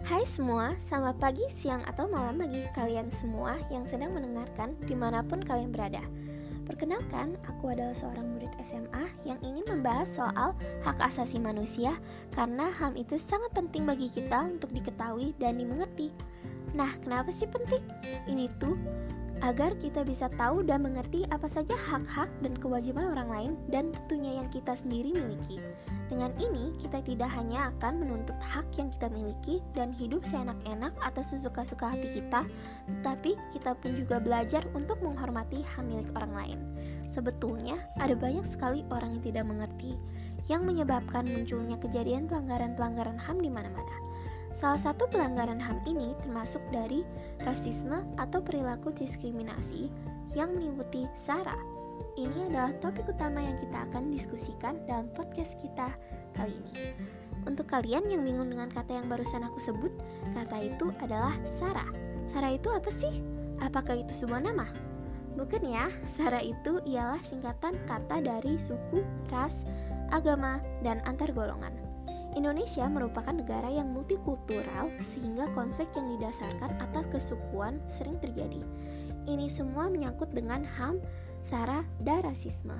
Hai semua, selamat pagi, siang, atau malam bagi kalian semua yang sedang mendengarkan dimanapun kalian berada. Perkenalkan, aku adalah seorang murid SMA yang ingin membahas soal hak asasi manusia karena HAM itu sangat penting bagi kita untuk diketahui dan dimengerti. Nah, kenapa sih penting? Ini tuh agar kita bisa tahu dan mengerti apa saja hak-hak dan kewajiban orang lain dan tentunya yang kita sendiri miliki. Dengan ini, kita tidak hanya akan menuntut hak yang kita miliki dan hidup seenak-enak atau sesuka-suka hati kita, tetapi kita pun juga belajar untuk menghormati hak milik orang lain. Sebetulnya, ada banyak sekali orang yang tidak mengerti, yang menyebabkan munculnya kejadian pelanggaran-pelanggaran HAM di mana-mana. Salah satu pelanggaran HAM ini termasuk dari rasisme atau perilaku diskriminasi yang meliputi SARA. Ini adalah topik utama yang kita akan diskusikan dalam podcast kita kali ini. Untuk kalian yang bingung dengan kata yang barusan aku sebut, kata itu adalah SARA. SARA itu apa sih? Apakah itu sebuah nama? Bukan ya, SARA itu ialah singkatan kata dari suku, ras, agama, dan antar golongan. Indonesia merupakan negara yang multikultural sehingga konflik yang didasarkan atas kesukuan sering terjadi. Ini semua menyangkut dengan HAM, SARA, dan rasisme.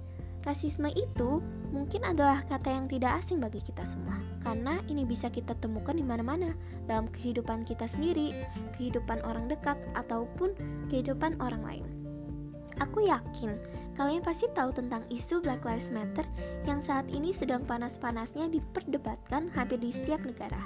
Rasisme itu mungkin adalah kata yang tidak asing bagi kita semua, karena ini bisa kita temukan di mana-mana dalam kehidupan kita sendiri, kehidupan orang dekat, ataupun kehidupan orang lain. Aku yakin kalian pasti tahu tentang isu Black Lives Matter yang saat ini sedang panas-panasnya diperdebatkan hampir di setiap negara.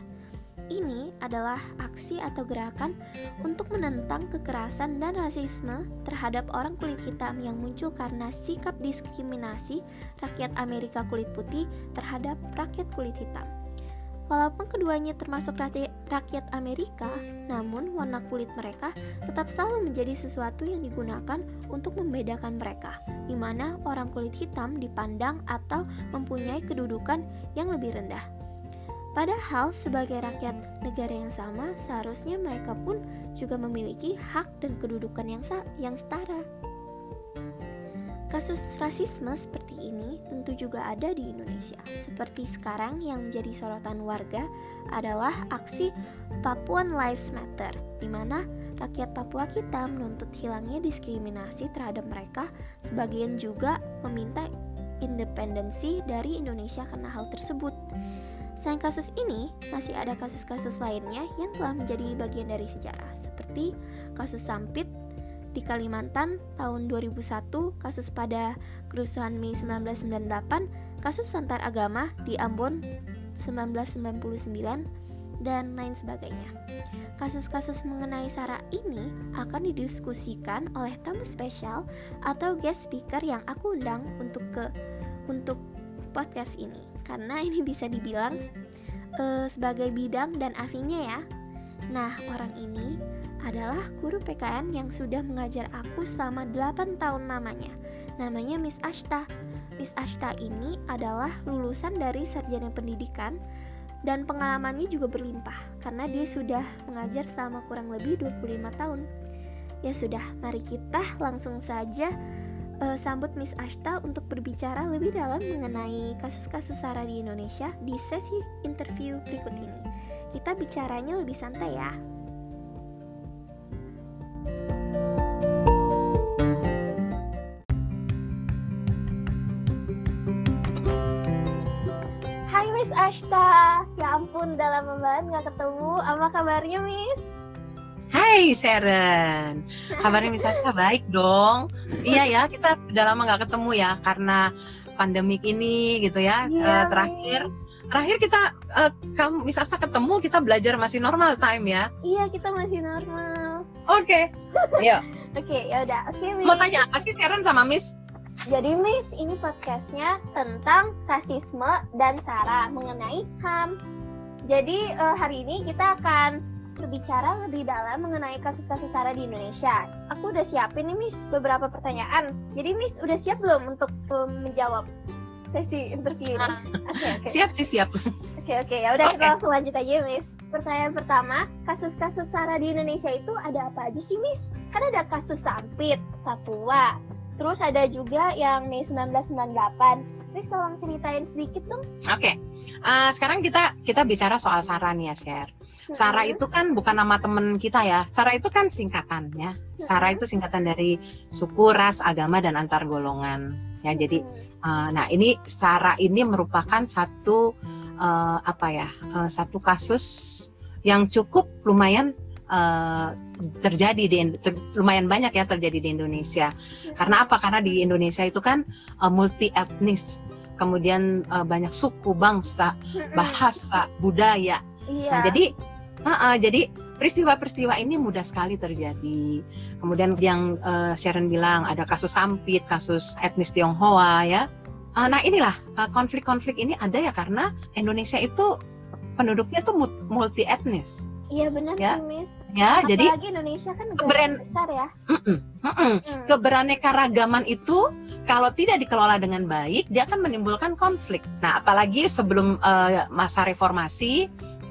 Ini adalah aksi atau gerakan untuk menentang kekerasan dan rasisme terhadap orang kulit hitam yang muncul karena sikap diskriminasi rakyat Amerika kulit putih terhadap rakyat kulit hitam. Walaupun keduanya termasuk rakyat Amerika, namun warna kulit mereka tetap selalu menjadi sesuatu yang digunakan untuk membedakan mereka, di mana orang kulit hitam dipandang atau mempunyai kedudukan yang lebih rendah. Padahal sebagai rakyat negara yang sama, seharusnya mereka pun juga memiliki hak dan kedudukan yang setara. Kasus rasisme seperti ini tentu juga ada di Indonesia. Seperti sekarang yang menjadi sorotan warga adalah aksi Papuan Lives Matter, di mana rakyat Papua kita menuntut hilangnya diskriminasi terhadap mereka. Sebagian juga meminta independensi dari Indonesia karena hal tersebut. Selain kasus ini, masih ada kasus-kasus lainnya yang telah menjadi bagian dari sejarah, seperti kasus Sampit di Kalimantan tahun 2001, kasus pada kerusuhan Mei 1998, kasus antar agama di Ambon 1999, dan lain sebagainya. Kasus-kasus mengenai SARA ini akan didiskusikan oleh tamu spesial atau guest speaker yang aku undang untuk podcast ini, karena ini bisa dibilang sebagai bidang dan ahlinya ya. Nah, orang ini adalah guru PKN yang sudah mengajar aku selama 8 tahun lamanya. Namanya Miss Ashta. Miss Ashta ini adalah lulusan dari sarjana pendidikan dan pengalamannya juga berlimpah karena dia sudah mengajar selama kurang lebih 25 tahun. Ya sudah, mari kita langsung saja sambut Miss Ashta untuk berbicara lebih dalam mengenai kasus-kasus SARA di Indonesia di sesi interview berikut ini. Kita bicaranya lebih santai ya. Hai Miss Ashta, ya ampun udah lama banget gak ketemu. Apa kabarnya Miss? Hai Sharon, kabarnya Miss Ashta baik dong. Iya ya, kita udah lama gak ketemu ya karena pandemik ini gitu ya. Iya, Terakhir kita kamu Miss Ashta ketemu, kita belajar masih normal time ya. Iya, kita masih normal. Oke. Yuk. Oke, ya udah. Oke, Miss. Mau tanya apa sih Sharon sama Miss? Jadi Miss, ini podcastnya tentang rasisme dan SARA mengenai HAM. Jadi hari ini kita akan berbicara lebih dalam mengenai kasus-kasus SARA di Indonesia. Aku udah siapin nih Miss beberapa pertanyaan. Jadi Miss udah siap belum untuk menjawab sesi interview ini? Oke. Siap. Oke, ya udah kita langsung lanjut aja Miss. Pertanyaan pertama, kasus-kasus SARA di Indonesia itu ada apa aja sih Miss? Kan ada kasus Sampit, Papua, Terus ada juga yang Mei 1998. Miss tolong ceritain sedikit dong. Oke. Sekarang kita bicara soal Sarah nih ya, Sher. Sarah itu kan bukan nama temen kita ya. Sarah itu kan singkatan ya. Sarah itu singkatan dari suku, ras, agama, dan antar golongan. Ya, jadi nah ini Sarah ini merupakan satu satu kasus yang cukup lumayan lumayan banyak ya terjadi di Indonesia. Karena apa? Karena di Indonesia itu kan multi etnis, kemudian banyak suku, bangsa, bahasa, budaya. Nah, jadi peristiwa-peristiwa ini mudah sekali terjadi. Kemudian yang Sharon bilang ada kasus Sampit, kasus etnis Tionghoa ya. Nah inilah konflik-konflik ini ada ya karena Indonesia itu penduduknya tuh multi etnis. Iya benar ya. sih Miss. Ya, apalagi jadi Indonesia kan negara besar ya. Keberaneka-ragaman itu kalau tidak dikelola dengan baik, dia akan menimbulkan konflik. Nah, apalagi sebelum masa reformasi,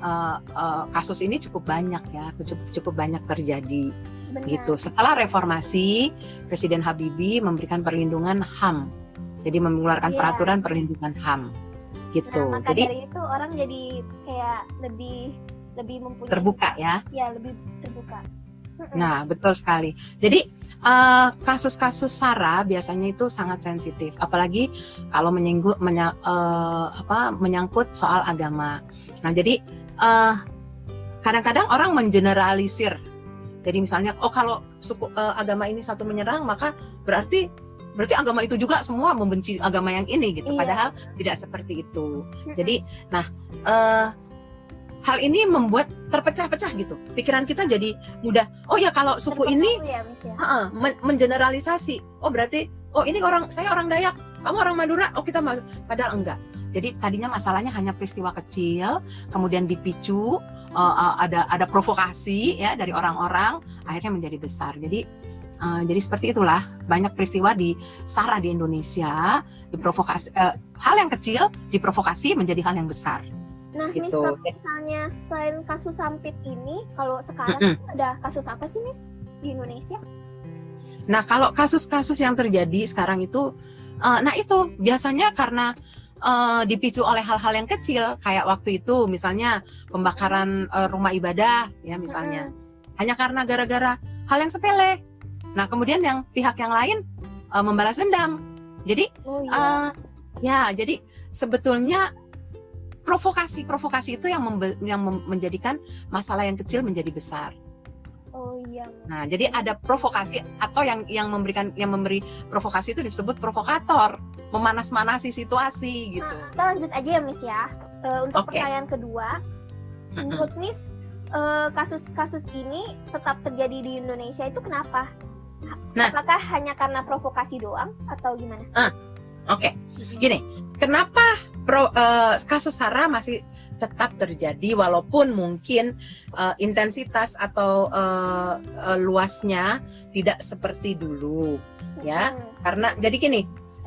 kasus ini cukup banyak ya, cukup banyak terjadi. Benar. Gitu. Setelah reformasi, Presiden Habibie memberikan perlindungan HAM. Jadi mengeluarkan peraturan perlindungan HAM. Gitu. Nah, maka jadi dari itu orang jadi kayak lebih mempunyai terbuka ya. Ya, lebih terbuka. Nah, betul sekali. Jadi kasus-kasus SARA biasanya itu sangat sensitif, apalagi kalau menyangkut soal agama. Nah, jadi kadang-kadang orang mengeneralisir. Jadi misalnya, kalau suku agama ini satu menyerang, maka berarti agama itu juga semua membenci agama yang ini gitu. Padahal tidak seperti itu. Jadi, nah hal ini membuat terpecah-pecah gitu. Pikiran kita jadi mudah. Oh ya kalau suku ini ya, Miss, ya? mengeneralisasi. Oh berarti ini saya orang Dayak, kamu orang Madura. Oh kita padahal enggak. Jadi tadinya masalahnya hanya peristiwa kecil, kemudian dipicu, ada provokasi ya dari orang-orang, akhirnya menjadi besar. Jadi seperti itulah banyak peristiwa di SARA di Indonesia, diprovokasi hal yang kecil diprovokasi menjadi hal yang besar. Nah, gitu. Miss, kalau misalnya selain kasus Sampit ini, kalau sekarang ada kasus apa sih, Miss, di Indonesia? Nah, kalau kasus-kasus yang terjadi sekarang itu, nah itu biasanya karena dipicu oleh hal-hal yang kecil, kayak waktu itu misalnya pembakaran rumah ibadah, ya misalnya, hanya karena gara-gara hal yang sepele. Nah, kemudian yang pihak yang lain membalas dendam. Jadi, jadi sebetulnya provokasi itu yang menjadikan masalah yang kecil menjadi besar. Oh iya. Nah, jadi ada provokasi atau yang memberi provokasi itu disebut provokator, memanas-manasi situasi gitu. Nah, kita lanjut aja ya Miss ya. Untuk pertanyaan kedua, menurut Miss kasus-kasus ini tetap terjadi di Indonesia itu kenapa? Apakah hanya karena provokasi doang atau gimana? Gini, kenapa kasus SARA masih tetap terjadi walaupun mungkin intensitas atau luasnya tidak seperti dulu, ya? Karena jadi gini,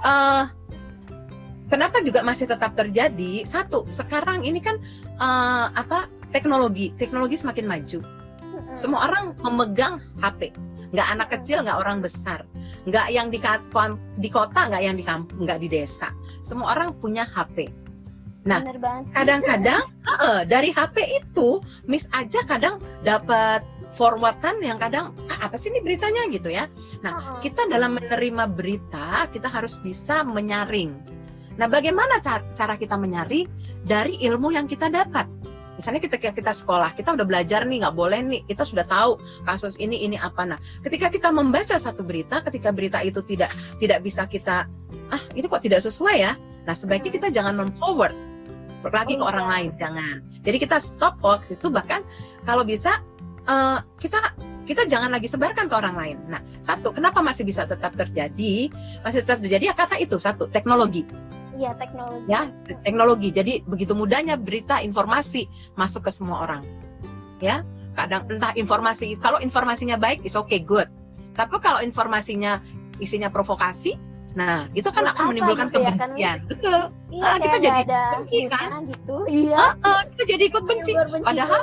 kenapa juga masih tetap terjadi? Satu, sekarang ini kan teknologi semakin maju. Semua orang memegang HP. Nggak anak kecil, nggak orang besar, nggak yang di kota, nggak yang di kampung, nggak di desa. Semua orang punya HP. Nah, kadang-kadang dari HP itu, Miss aja kadang dapat forwardan yang kadang apa sih ini beritanya gitu ya. Nah, kita dalam menerima berita kita harus bisa menyaring. Nah, bagaimana cara kita menyaring dari ilmu yang kita dapat? Misalnya ketika kita sekolah, kita udah belajar nih, nggak boleh nih, kita sudah tahu kasus ini apa. Nah, ketika kita membaca satu berita, ketika berita itu tidak bisa kita, ini kok tidak sesuai ya. Nah, sebaiknya kita jangan non-forward lagi ke orang lain, jangan. Jadi kita stop hoax itu, bahkan kalau bisa kita jangan lagi sebarkan ke orang lain. Nah, satu, kenapa masih bisa tetap terjadi? Masih tetap terjadi ya karena itu, satu, teknologi. Iya, teknologi. Ya, teknologi. Jadi begitu mudahnya berita, informasi masuk ke semua orang. Ya, kadang entah informasi, kalau informasinya baik, is okay, good. Tapi kalau informasinya isinya provokasi, nah itu kan akan menimbulkan gitu kebencian. Ya, kan? Betul. Iya, kita jadi benci kan? Gitu. Iya. Kita jadi ikut benci. Padahal,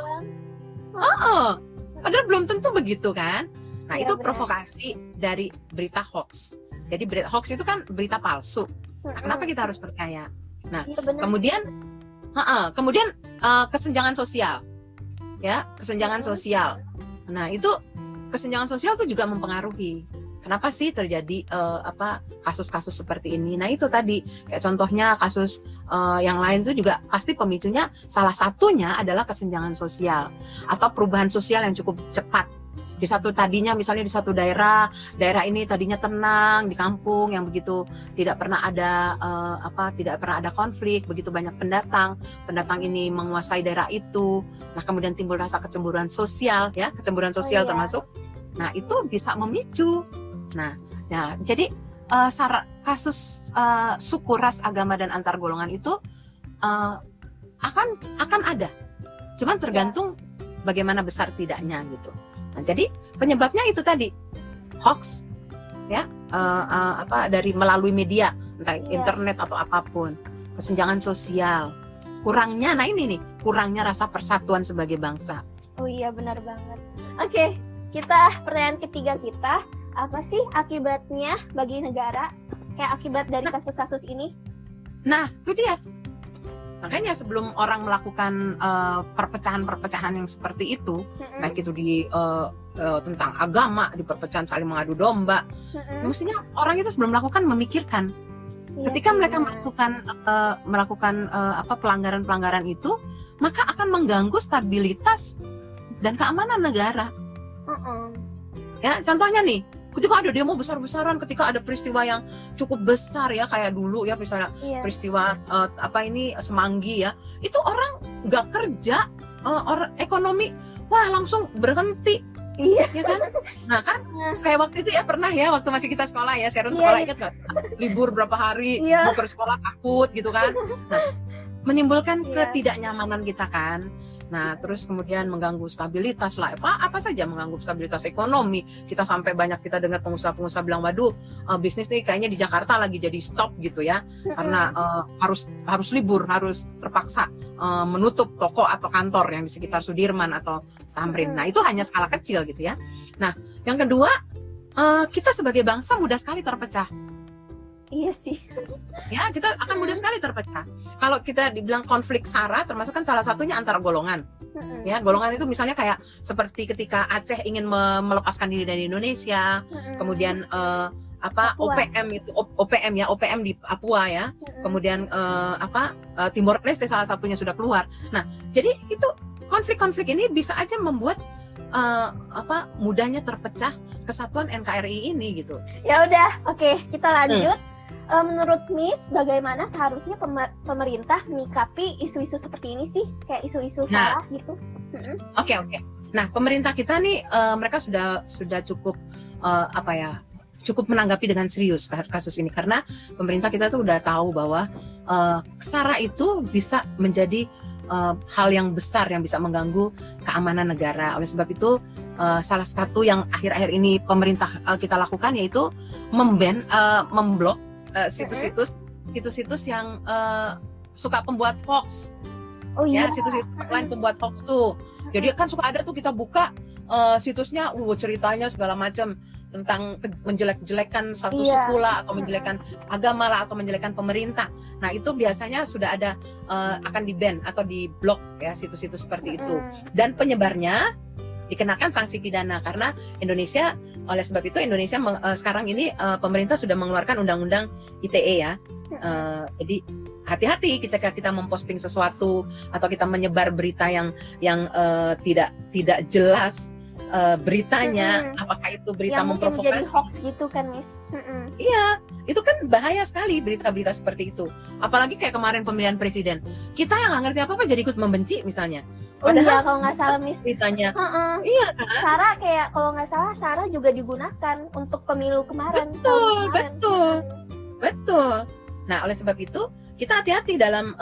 padahal belum tentu begitu kan? Nah, itu provokasi dari berita hoax. Jadi berita hoax itu kan berita palsu. Nah, kenapa kita harus percaya? Nah, Iya, benar. kemudian kesenjangan sosial, ya, kesenjangan sosial. Nah, itu kesenjangan sosial itu juga mempengaruhi. Kenapa sih terjadi kasus-kasus seperti ini? Nah, itu tadi kayak contohnya kasus yang lain itu juga pasti pemicunya salah satunya adalah kesenjangan sosial atau perubahan sosial yang cukup cepat. Misalnya di satu daerah ini tadinya tenang di kampung yang begitu tidak pernah ada konflik, begitu banyak pendatang ini menguasai daerah itu. Nah, kemudian timbul rasa kecemburuan sosial, ya, kecemburuan sosial termasuk. Nah, itu bisa memicu. Nah, jadi kasus suku, ras, agama dan antar golongan itu akan ada. Cuman tergantung bagaimana besar tidaknya gitu. Nah, jadi penyebabnya itu tadi hoax, ya, dari melalui media, entah internet atau apapun, kesenjangan sosial, kurangnya, kurangnya rasa persatuan sebagai bangsa. Oh iya, benar banget. Oke, pertanyaan ketiga kita, apa sih akibatnya bagi negara, kayak akibat dari kasus-kasus ini? Nah, itu dia. Makanya sebelum orang melakukan perpecahan-perpecahan yang seperti itu, baik itu di tentang agama, di perpecahan saling mengadu domba, mestinya orang itu sebelum melakukan memikirkan. Ketika mereka melakukan pelanggaran-pelanggaran itu, maka akan mengganggu stabilitas dan keamanan negara. Ya, contohnya nih, ketika ada demo besar-besaran, ketika ada peristiwa yang cukup besar ya, kayak dulu ya, misalnya peristiwa Semanggi ya, itu orang nggak kerja, orang ekonomi langsung berhenti. Iya, ya kan? Nah kan kayak waktu itu ya, pernah ya, waktu masih kita sekolah ya, Sharon sekolah, ingat nggak? Libur berapa hari, mau ke sekolah takut gitu kan? Nah, menimbulkan ketidaknyamanan kita kan. Nah, terus kemudian mengganggu stabilitas lah, apa saja mengganggu stabilitas ekonomi. Kita sampai banyak kita dengar pengusaha-pengusaha bilang, waduh, bisnis nih kayaknya di Jakarta lagi jadi stop gitu ya, karena harus libur, harus terpaksa menutup toko atau kantor yang di sekitar Sudirman atau Tamrin. Nah, itu hanya skala kecil gitu ya. Nah, yang kedua, kita sebagai bangsa mudah sekali terpecah. Iya sih. Ya, kita akan mudah sekali terpecah. Kalau kita dibilang konflik SARA, termasuk kan salah satunya antar golongan. Ya, golongan itu misalnya kayak seperti ketika Aceh ingin melepaskan diri dari Indonesia, kemudian OPM di Papua ya, kemudian Timor Leste salah satunya sudah keluar. Nah, jadi itu konflik-konflik ini bisa aja membuat mudahnya terpecah kesatuan NKRI ini gitu. Ya udah, oke, kita lanjut. Menurut Miss, bagaimana seharusnya pemerintah menyikapi isu-isu seperti ini sih, kayak isu-isu SARA gitu? Oke. Nah, pemerintah kita nih mereka sudah cukup cukup menanggapi dengan serius kasus ini, karena pemerintah kita tuh udah tahu bahwa SARA itu bisa menjadi hal yang besar yang bisa mengganggu keamanan negara. Oleh sebab itu salah satu yang akhir-akhir ini pemerintah kita lakukan yaitu memblok situs-situs yang suka pembuat hoax. Oh iya, ya, situs-situs lain pembuat hoax tuh. Jadi kan suka ada tuh kita buka situsnya, ceritanya segala macam tentang menjelek-jelekan satu suku lah, atau menjelekkan agama lah, atau menjelekkan pemerintah. Nah, itu biasanya sudah ada akan di-ban atau di-blok ya, situs-situs seperti itu. Dan penyebarnya dikenakan sanksi pidana, karena Indonesia, oleh sebab itu Indonesia sekarang ini pemerintah sudah mengeluarkan undang-undang ITE ya. Jadi hati-hati ketika kita memposting sesuatu atau kita menyebar berita yang tidak jelas beritanya, apakah itu berita yang memprovokasi, menjadi hoax gitu kan, Miss? Iya, itu kan bahaya sekali berita-berita seperti itu. Apalagi kayak kemarin pemilihan presiden, kita yang nggak ngerti apa-apa jadi ikut membenci misalnya. Padahal, iya, kalau nggak salah, Miss, beritanya. Iya kan? Sarah kayak kalau nggak salah, Sarah juga digunakan untuk pemilu kemarin. Betul. Nah, oleh sebab itu kita hati-hati dalam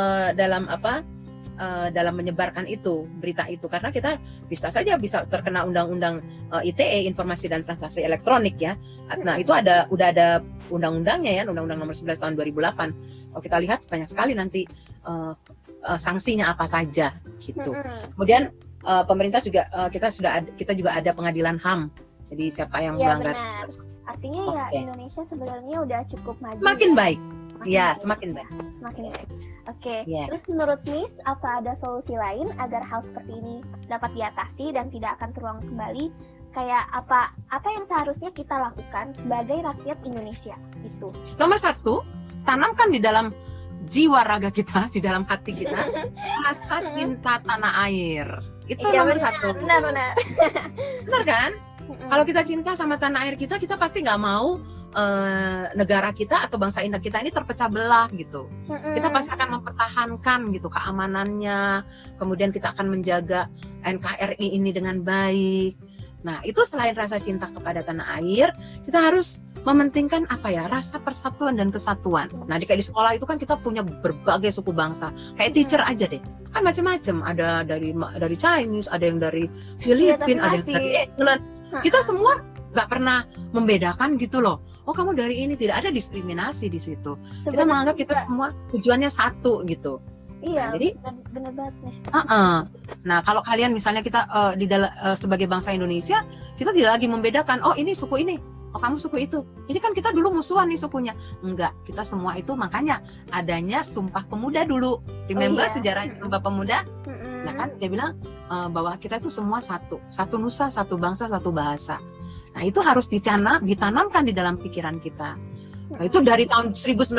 menyebarkan itu, berita itu, karena kita bisa terkena undang-undang ITE, Informasi dan Transaksi Elektronik ya. Nah, itu udah ada undang-undangnya ya, Undang-Undang Nomor 11 tahun 2008. Kalau kita lihat banyak sekali nanti sanksinya apa saja gitu. Kemudian pemerintah juga kita juga ada pengadilan HAM. Jadi siapa yang melanggar Artinya ya Indonesia sebenarnya udah cukup maju. Semakin baik. Ya, baik. semakin baik. Semakin baik. Oke. Yeah. Terus menurut Miss, apa ada solusi lain agar hal seperti ini dapat diatasi dan tidak akan terulang kembali? Kayak apa yang seharusnya kita lakukan sebagai rakyat Indonesia itu? Nomor 1, tanamkan di dalam jiwa raga kita, di dalam hati kita, rasa cinta tanah air. Itu nomor 1. Benar. Benar kan? Kalau kita cinta sama tanah air kita pasti nggak mau negara kita atau bangsa indah kita ini terpecah belah gitu. Kita pasti akan mempertahankan gitu keamanannya. Kemudian kita akan menjaga NKRI ini dengan baik. Nah, itu selain rasa cinta kepada tanah air, kita harus mementingkan rasa persatuan dan kesatuan. Nah, di sekolah itu kan kita punya berbagai suku bangsa. Kayak teacher aja deh, kan macam-macam. Ada dari Chinese, ada yang dari Filipina, ada yang dari England. Kita semua nggak pernah membedakan gitu loh. Oh, kamu dari ini, tidak ada diskriminasi di situ. Kita menganggap kita semua tujuannya satu gitu. Iya, nah, jadi benar banget, Miss. Nah, kalau kalian misalnya kita sebagai bangsa Indonesia, kita tidak lagi membedakan, oh ini suku ini, oh kamu suku itu. Ini kan kita dulu musuhan nih sukunya. Enggak, kita semua itu makanya adanya Sumpah Pemuda dulu. Remember sejarahnya Sumpah Pemuda? Nah kan dia bilang bahwa kita itu semua satu nusa, satu bangsa, satu bahasa. Nah, itu harus ditanamkan di dalam pikiran kita. Nah, itu dari tahun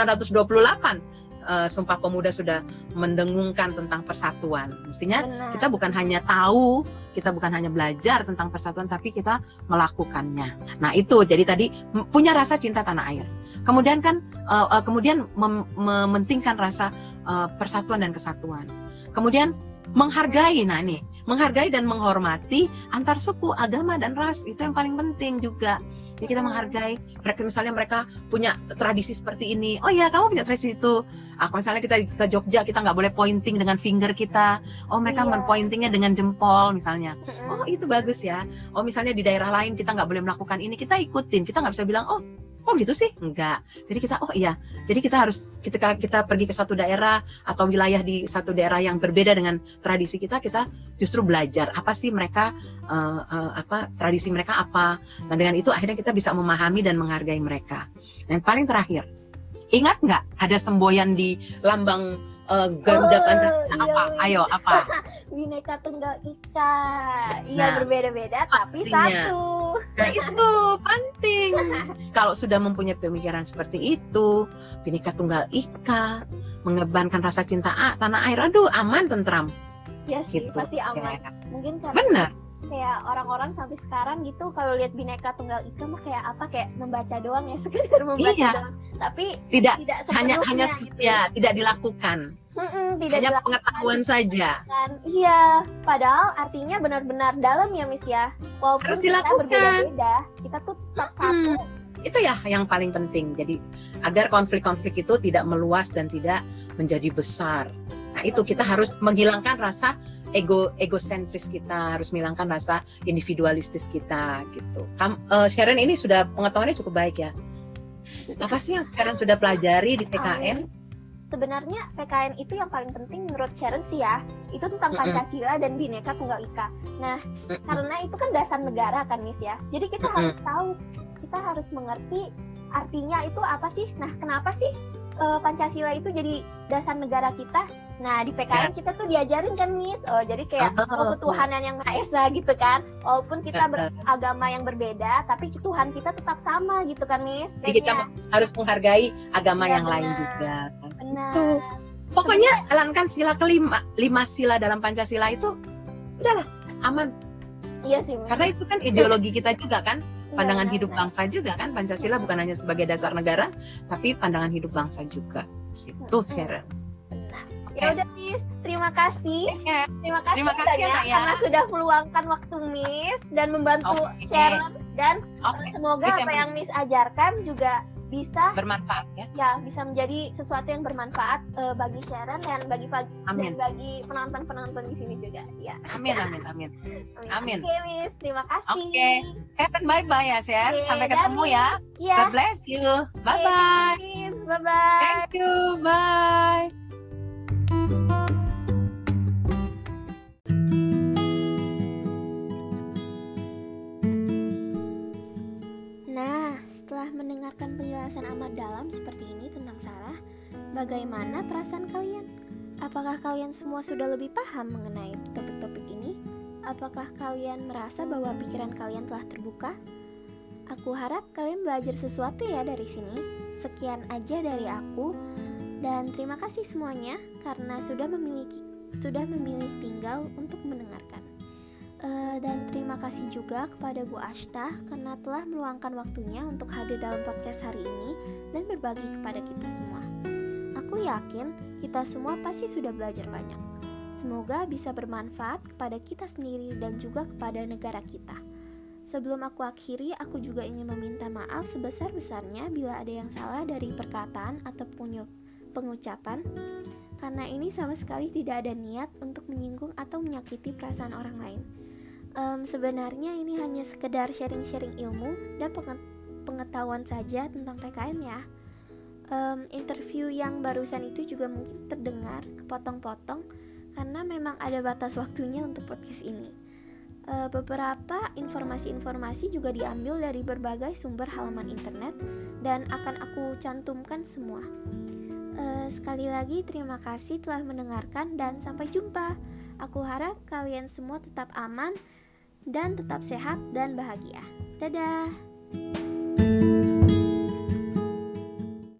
1928. Sumpah Pemuda sudah mendengungkan tentang persatuan. Mestinya kita bukan hanya tahu, kita bukan hanya belajar tentang persatuan, tapi kita melakukannya. Nah, itu jadi tadi punya rasa cinta tanah air. Kemudian kan kemudian mementingkan rasa persatuan dan kesatuan. Kemudian menghargai, menghargai dan menghormati antar suku, agama dan ras, itu yang paling penting juga. Jadi kita menghargai mereka, misalnya mereka punya tradisi seperti ini. Oh ya, kamu punya tradisi itu. Misalnya kita ke Jogja, kita nggak boleh pointing dengan finger kita. Oh, mereka pointingnya dengan jempol misalnya. Oh, itu bagus ya. Oh, misalnya di daerah lain kita nggak boleh melakukan ini, kita ikutin. Kita nggak bisa bilang, oh gitu sih? Enggak. Jadi kita, oh iya. Jadi kita harus, ketika kita pergi ke satu daerah atau wilayah di satu daerah yang berbeda dengan tradisi kita justru belajar apa sih mereka, tradisi mereka apa. Nah, dengan itu akhirnya kita bisa memahami dan menghargai mereka. Dan paling terakhir, ingat nggak ada semboyan di lambang Garuda Pancasila Ayo, apa? Bhinneka Tunggal Ika. Iya, berbeda-beda tapi satu. Nah, itu penting. Kalau sudah mempunyai pemikiran seperti itu, Bhinneka Tunggal Ika, mengebankan rasa cinta tanah air, aduh aman, tentram. Ya sih, gitu. Pasti aman. Ya. Mungkin karena benar. Kayak orang-orang sampai sekarang gitu kalau lihat Bhinneka Tunggal Ika mah kayak membaca doang ya, sekedar membaca doang. Tapi tidak hanya tidak dilakukan. Tidak hanya dilakukan. Pengetahuan saja. Iya, padahal artinya benar-benar dalam ya, Miss ya. Walaupun harus kita dilakukan. Berbeda-beda, kita tuh tetap satu. Itu ya yang paling penting. Jadi agar konflik-konflik itu tidak meluas dan tidak menjadi besar. Nah, itu kita harus menghilangkan rasa egosentris kita, harus menghilangkan rasa individualistis kita gitu. Sharon ini sudah pengetahuannya cukup baik ya. Apa sih yang Sharon sudah pelajari di PKN? Sebenarnya PKN itu yang paling penting menurut Sharon sih ya, itu tentang Pancasila dan Bhinneka Tunggal Ika. Nah, karena itu kan dasar negara kan, Miss ya. Jadi kita harus tahu, kita harus mengerti artinya itu apa sih. Nah, kenapa sih Pancasila itu jadi dasar negara kita? Nah, di PKN kita tuh diajarin kan, Miss. Jadi kayak ketuhanan yang Maha Esa gitu kan. Walaupun kita beragama yang berbeda, tapi Tuhan kita tetap sama gitu kan, Miss. Jadi kita harus menghargai agama yang lain juga. Benar. Tuh. Pokoknya jalankan sila kelima, 5 sila dalam Pancasila itu udahlah aman. Iya sih, Miss. Karena itu kan ideologi kita juga kan. Pandangan hidup bangsa juga kan. Pancasila bukan hanya sebagai dasar negara, tapi pandangan hidup bangsa juga. Gitu, Sharon. Ya udah, Miss, terima kasih. Terima kasih ya, karena sudah meluangkan waktu Miss dan membantu Sharon, dan semoga apa yang Miss ajarkan juga bisa bermanfaat ya. Ya, bisa menjadi sesuatu yang bermanfaat bagi Sharon dan bagi penonton-penonton di sini juga. Ya. Amin. Oke, Miss, terima kasih. Sharon, bye-bye ya, Sharon. Sampai ketemu ya. God bless you. Bye-bye. Bye-bye. Thank you. Bye. malam seperti ini tentang Sarah. Bagaimana perasaan kalian? Apakah kalian semua sudah lebih paham mengenai topik-topik ini? Apakah kalian merasa bahwa pikiran kalian telah terbuka? Aku harap kalian belajar sesuatu ya dari sini. Sekian aja dari aku. Dan terima kasih semuanya karena sudah memilih tinggal untuk mendengarkan. Dan terima kasih juga kepada Bu Ashta karena telah meluangkan waktunya untuk hadir dalam podcast hari ini dan berbagi kepada kita semua. Aku yakin kita semua pasti sudah belajar banyak. Semoga bisa bermanfaat kepada kita sendiri dan juga kepada negara kita. Sebelum aku akhiri, aku juga ingin meminta maaf sebesar-besarnya bila ada yang salah dari perkataan atau pengucapan, karena ini sama sekali tidak ada niat untuk menyinggung atau menyakiti perasaan orang lain. Sebenarnya ini hanya sekedar sharing-sharing ilmu dan pengetahuan saja tentang PKN ya. Interview yang barusan itu juga mungkin terdengar kepotong-potong karena memang ada batas waktunya untuk podcast ini. Beberapa informasi-informasi juga diambil dari berbagai sumber halaman internet dan akan aku cantumkan semua. Sekali lagi terima kasih telah mendengarkan dan sampai jumpa. Aku harap kalian semua tetap aman dan tetap sehat dan bahagia. Dadah.